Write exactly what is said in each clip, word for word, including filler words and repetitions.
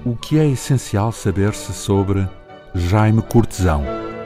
O que é essencial saber-se sobre Jaime Cortesão?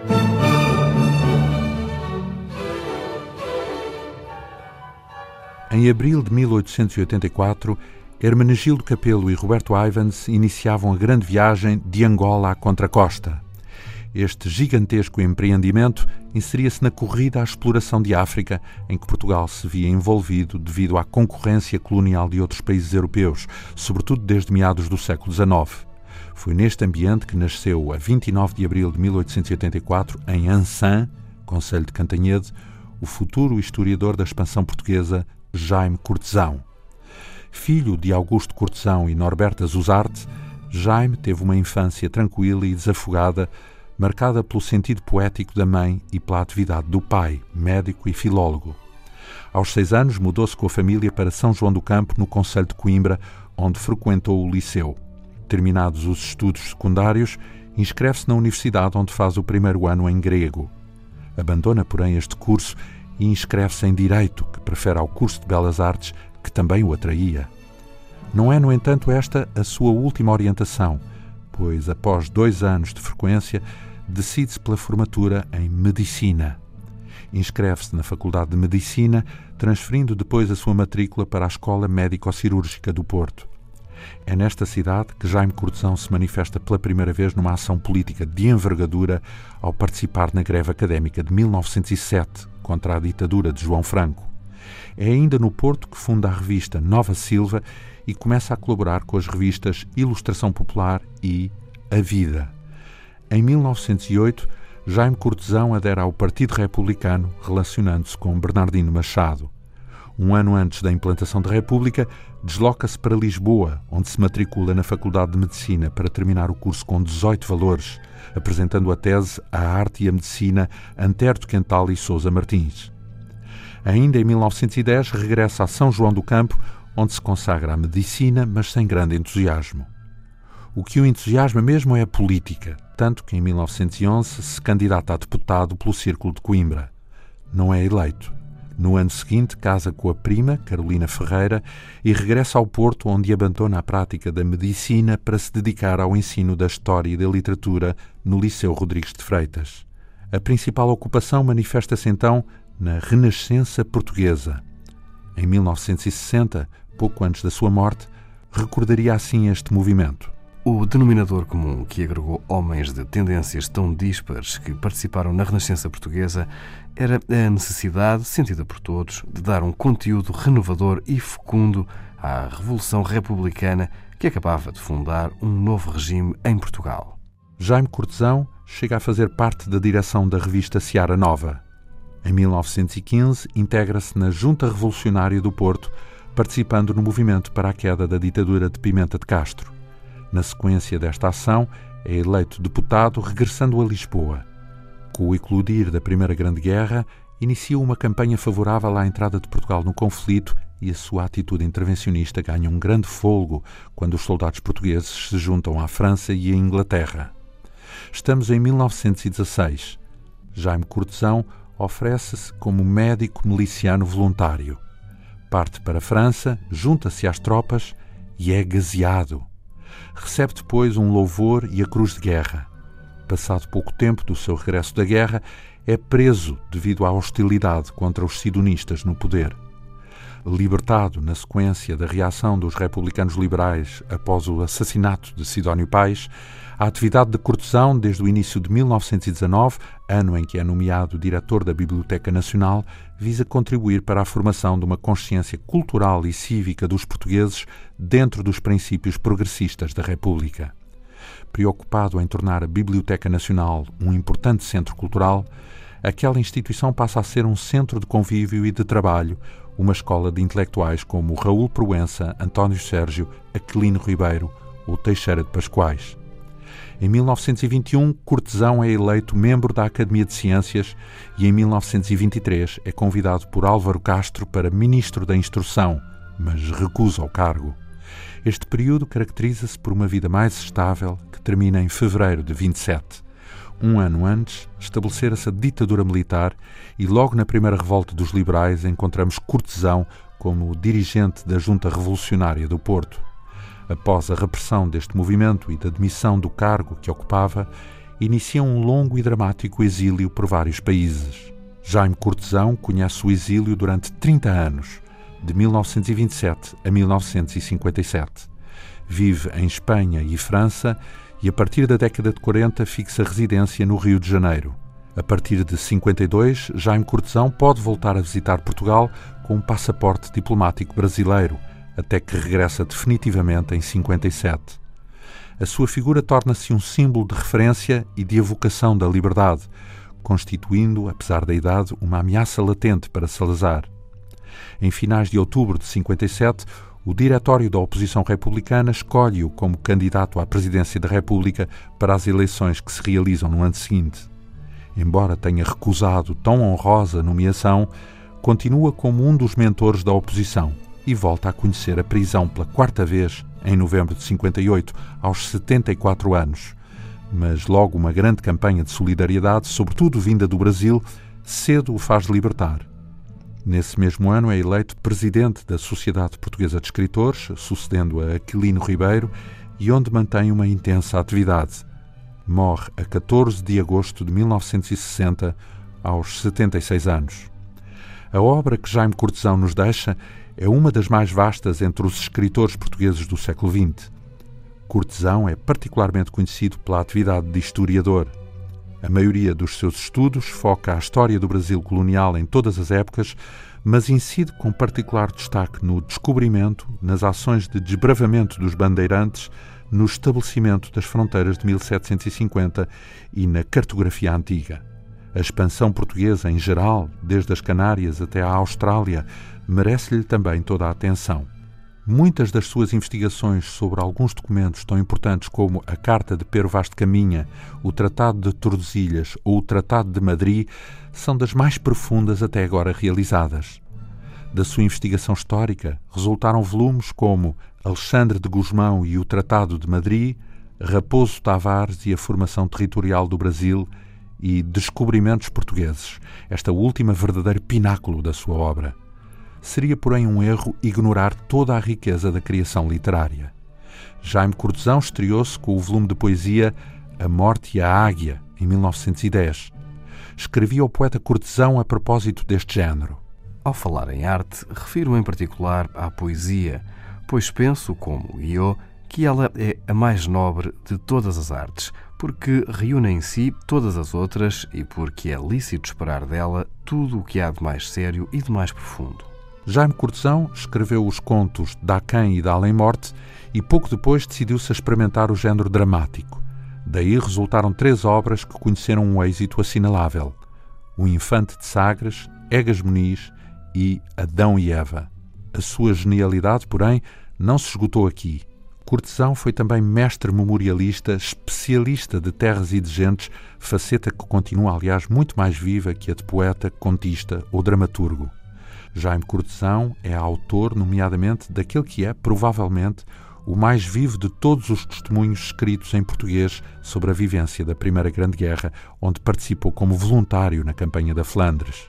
Em abril de mil oitocentos e oitenta e quatro, Hermenegildo Capelo e Roberto Ivens iniciavam a grande viagem de Angola à Contracosta. Este gigantesco empreendimento inseria-se na corrida à exploração de África, em que Portugal se via envolvido devido à concorrência colonial de outros países europeus, sobretudo desde meados do século dezenove. Foi neste ambiente que nasceu, a vinte e nove de abril de mil oitocentos e oitenta e quatro, em Ançã, concelho de Cantanhede, o futuro historiador da expansão portuguesa, Jaime Cortesão. Filho de Augusto Cortesão e Norberta Zuzarte, Jaime teve uma infância tranquila e desafogada, marcada pelo sentido poético da mãe e pela atividade do pai, médico e filólogo. Aos seis anos mudou-se com a família para São João do Campo, no concelho de Coimbra, onde frequentou o liceu. Terminados os estudos secundários, inscreve-se na universidade, onde faz o primeiro ano em grego. Abandona, porém, este curso e inscreve-se em Direito, que prefere ao curso de Belas Artes, que também o atraía. Não é, no entanto, esta a sua última orientação, pois, após dois anos de frequência, decide-se pela formatura em Medicina. Inscreve-se na Faculdade de Medicina, transferindo depois a sua matrícula para a Escola Médico-Cirúrgica do Porto. É nesta cidade que Jaime Cortesão se manifesta pela primeira vez numa ação política de envergadura ao participar na greve académica de mil novecentos e sete contra a ditadura de João Franco. É ainda no Porto que funda a revista Nova Silva e começa a colaborar com as revistas Ilustração Popular e A Vida. Em mil novecentos e oito, Jaime Cortesão adere ao Partido Republicano, relacionando-se com Bernardino Machado. Um ano antes da implantação da República, desloca-se para Lisboa, onde se matricula na Faculdade de Medicina para terminar o curso com dezoito valores, apresentando a tese A Arte e a Medicina, Antero de Quental e Sousa Martins. Ainda em mil novecentos e dez, regressa a São João do Campo, onde se consagra à medicina, mas sem grande entusiasmo. O que o entusiasma mesmo é a política, tanto que em mil novecentos e onze se candidata a deputado pelo Círculo de Coimbra. Não é eleito. No ano seguinte, casa com a prima, Carolina Ferreira, e regressa ao Porto, onde abandona a prática da medicina para se dedicar ao ensino da História e da Literatura no Liceu Rodrigues de Freitas. A principal ocupação manifesta-se então na Renascença Portuguesa. Em mil novecentos e sessenta, pouco antes da sua morte, recordaria assim este movimento. O denominador comum que agregou homens de tendências tão díspares que participaram na Renascença Portuguesa era a necessidade, sentida por todos, de dar um conteúdo renovador e fecundo à Revolução Republicana que acabava de fundar um novo regime em Portugal. Jaime Cortesão chega a fazer parte da direção da revista Seara Nova. Em mil novecentos e quinze, integra-se na Junta Revolucionária do Porto, participando no movimento para a queda da ditadura de Pimenta de Castro. Na sequência desta ação, é eleito deputado, regressando a Lisboa. Com o eclodir da Primeira Grande Guerra, inicia uma campanha favorável à entrada de Portugal no conflito e a sua atitude intervencionista ganha um grande fôlego quando os soldados portugueses se juntam à França e à Inglaterra. Estamos em mil novecentos e dezasseis. Jaime Cortesão oferece-se como médico miliciano voluntário. Parte para a França, junta-se às tropas e é gaseado. Recebe depois um louvor e a Cruz de Guerra. Passado pouco tempo do seu regresso da guerra, é preso devido à hostilidade contra os sidonistas no poder. Libertado na sequência da reação dos republicanos liberais após o assassinato de Sidónio Pais, a atividade de Cortesão, desde o início de mil novecentos e dezanove, ano em que é nomeado diretor da Biblioteca Nacional, visa contribuir para a formação de uma consciência cultural e cívica dos portugueses dentro dos princípios progressistas da República. Preocupado em tornar a Biblioteca Nacional um importante centro cultural, aquela instituição passa a ser um centro de convívio e de trabalho, uma escola de intelectuais como Raul Proença, António Sérgio, Aquilino Ribeiro ou Teixeira de Pascoais. Em mil novecentos e vinte e um, Cortesão é eleito membro da Academia de Ciências e em mil novecentos e vinte e três é convidado por Álvaro Castro para Ministro da Instrução, mas recusa o cargo. Este período caracteriza-se por uma vida mais estável que termina em fevereiro de vinte e sete. Um ano antes, estabelecera-se a ditadura militar e logo na primeira revolta dos liberais encontramos Cortesão como dirigente da Junta Revolucionária do Porto. após a repressão deste movimento e da demissão do cargo que ocupava, inicia um longo e dramático exílio por vários países. Jaime Cortesão conhece o exílio durante trinta anos, de mil novecentos e vinte e sete a mil novecentos e cinquenta e sete. Vive em Espanha e França e, a partir da década de quarenta, fixa residência no Rio de Janeiro. A partir de cinquenta e dois, Jaime Cortesão pode voltar a visitar Portugal com um passaporte diplomático brasileiro, até que regressa definitivamente em cinquenta e sete. A sua figura torna-se um símbolo de referência e de evocação da liberdade, constituindo, apesar da idade, uma ameaça latente para Salazar. Em finais de outubro de cinquenta e sete, o diretório da oposição republicana escolhe-o como candidato à presidência da República para as eleições que se realizam no ano seguinte. Embora tenha recusado tão honrosa nomeação, continua como um dos mentores da oposição e volta a conhecer a prisão pela quarta vez em novembro de cinquenta e oito, aos setenta e quatro anos. Mas logo uma grande campanha de solidariedade, sobretudo vinda do Brasil, cedo o faz libertar. Nesse mesmo ano é eleito presidente da Sociedade Portuguesa de Escritores, sucedendo a Aquilino Ribeiro, e onde mantém uma intensa atividade. Morre a catorze de agosto de mil novecentos e sessenta, aos setenta e seis anos. A obra que Jaime Cortesão nos deixa é uma das mais vastas entre os escritores portugueses do século vinte. Cortesão é particularmente conhecido pela atividade de historiador. A maioria dos seus estudos foca a história do Brasil colonial em todas as épocas, mas incide com particular destaque no descobrimento, nas ações de desbravamento dos bandeirantes, no estabelecimento das fronteiras de mil setecentos e cinquenta e na cartografia antiga. A expansão portuguesa em geral, desde as Canárias até à Austrália, merece-lhe também toda a atenção. Muitas das suas investigações sobre alguns documentos tão importantes como a Carta de Pero Vaz de Caminha, o Tratado de Tordesilhas ou o Tratado de Madrid são das mais profundas até agora realizadas. Da sua investigação histórica resultaram volumes como Alexandre de Gusmão e o Tratado de Madrid, Raposo Tavares e a Formação Territorial do Brasil e Descobrimentos Portugueses, esta última verdadeiro pináculo da sua obra. Seria, porém, um erro ignorar toda a riqueza da criação literária. Jaime Cortesão estreou-se com o volume de poesia A Morte e a Águia, em mil novecentos e dez. Escrevia o poeta Cortesão a propósito deste género. Ao falar em arte, refiro em particular à poesia, pois penso, como Guiot, que ela é a mais nobre de todas as artes, porque reúne em si todas as outras e porque é lícito esperar dela tudo o que há de mais sério e de mais profundo. Jaime Cortesão escreveu os contos Da Quem e da Além-Morte e pouco depois decidiu-se a experimentar o género dramático. Daí resultaram três obras que conheceram um êxito assinalável: O Infante de Sagres, Egas Muniz e Adão e Eva. A sua genialidade, porém, não se esgotou aqui. Cortesão foi também mestre memorialista, especialista de terras e de gentes, faceta que continua, aliás, muito mais viva que a de poeta, contista ou dramaturgo. Jaime Cortesão é autor, nomeadamente, daquele que é, provavelmente, o mais vivo de todos os testemunhos escritos em português sobre a vivência da Primeira Grande Guerra, onde participou como voluntário na campanha da Flandres.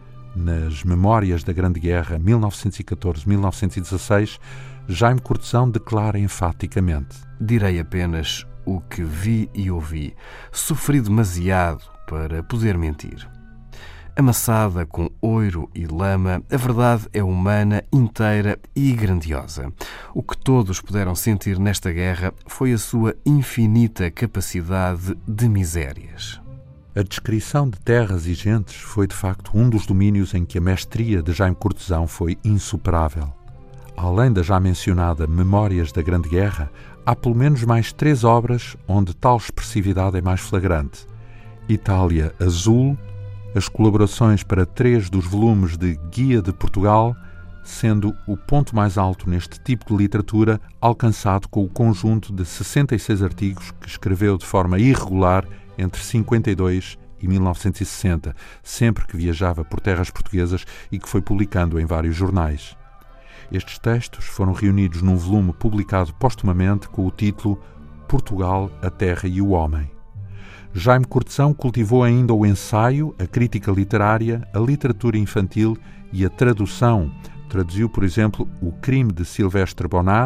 Nas Memórias da Grande Guerra, mil novecentos e catorze a mil novecentos e dezasseis, Jaime Cortesão declara enfaticamente: direi apenas o que vi e ouvi. Sofri demasiado para poder mentir. Amassada com ouro e lama, a verdade é humana, inteira e grandiosa. O que todos puderam sentir nesta guerra foi a sua infinita capacidade de misérias. A descrição de terras e gentes foi, de facto, um dos domínios em que a mestria de Jaime Cortesão foi insuperável. Além da já mencionada Memórias da Grande Guerra, há pelo menos mais três obras onde tal expressividade é mais flagrante. Itália Azul, as colaborações para três dos volumes de Guia de Portugal, sendo o ponto mais alto neste tipo de literatura alcançado com o conjunto de sessenta e seis artigos que escreveu de forma irregular entre cinquenta e dois e mil novecentos e sessenta, sempre que viajava por terras portuguesas e que foi publicando em vários jornais. Estes textos foram reunidos num volume publicado postumamente com o título Portugal, a Terra e o Homem. Jaime Cortesão cultivou ainda o ensaio, a crítica literária, a literatura infantil e a tradução. Traduziu, por exemplo, O Crime de Silvestre Bonnard,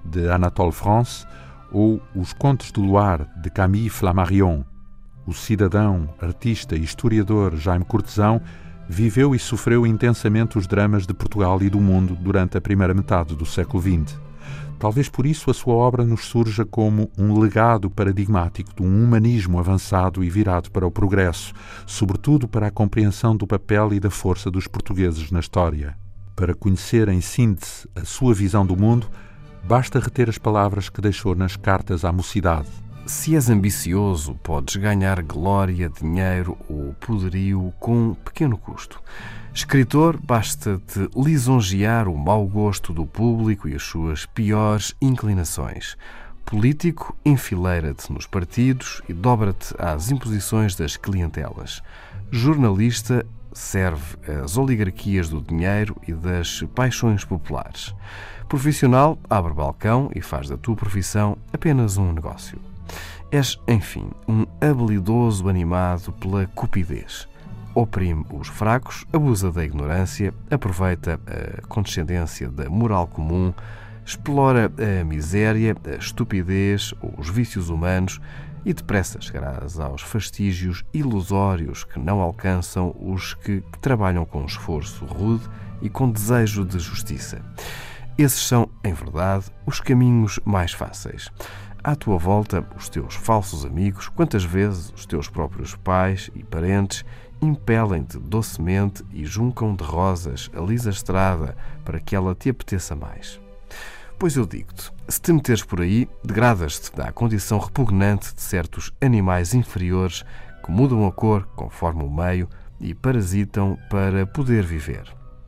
de Anatole France, ou Os Contos do Luar, de Camille Flammarion. O cidadão, artista e historiador Jaime Cortesão viveu e sofreu intensamente os dramas de Portugal e do mundo durante a primeira metade do século vinte. Talvez por isso a sua obra nos surja como um legado paradigmático de um humanismo avançado e virado para o progresso, sobretudo para a compreensão do papel e da força dos portugueses na história. Para conhecer em síntese a sua visão do mundo, basta reter as palavras que deixou nas cartas à mocidade. Se és ambicioso, podes ganhar glória, dinheiro ou poderio com pequeno custo. Escritor, basta-te lisonjear o mau gosto do público e as suas piores inclinações. Político, enfileira-te nos partidos e dobra-te às imposições das clientelas. Jornalista, serve as oligarquias do dinheiro e das paixões populares. Profissional, abre balcão e faz da tua profissão apenas um negócio. És, enfim, um habilidoso animado pela cupidez. Oprime os fracos, abusa da ignorância, aproveita a condescendência da moral comum, explora a miséria, a estupidez ou os vícios humanos e depressa chegarás aos fastígios ilusórios que não alcançam os que trabalham com esforço rude e com desejo de justiça. Esses são, em verdade, os caminhos mais fáceis. À tua volta, os teus falsos amigos, quantas vezes os teus próprios pais e parentes impelem-te docemente e juncam de rosas a lisa estrada para que ela te apeteça mais. Pois eu digo-te, se te meteres por aí, degradas-te à condição repugnante de certos animais inferiores que mudam a cor conforme o meio e parasitam para poder viver.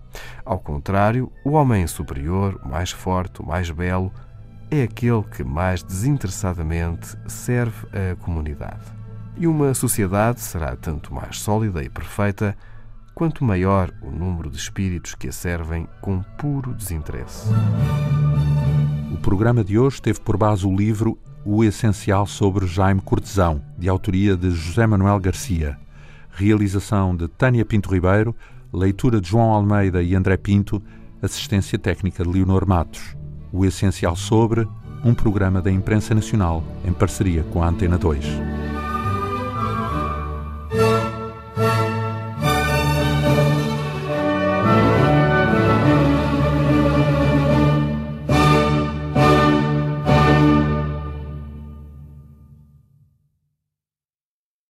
Ao contrário, o homem superior, o mais forte, o mais belo, é aquele que mais desinteressadamente serve a comunidade. E uma sociedade será tanto mais sólida e perfeita quanto maior o número de espíritos que a servem com puro desinteresse. O programa de hoje teve por base o livro O Essencial sobre Jaime Cortesão, de autoria de José Manuel Garcia. Realização de Tânia Pinto Ribeiro, leitura de João Almeida e André Pinto, assistência técnica de Leonor Matos. O Essencial sobre, um programa da Imprensa Nacional em parceria com a Antena dois.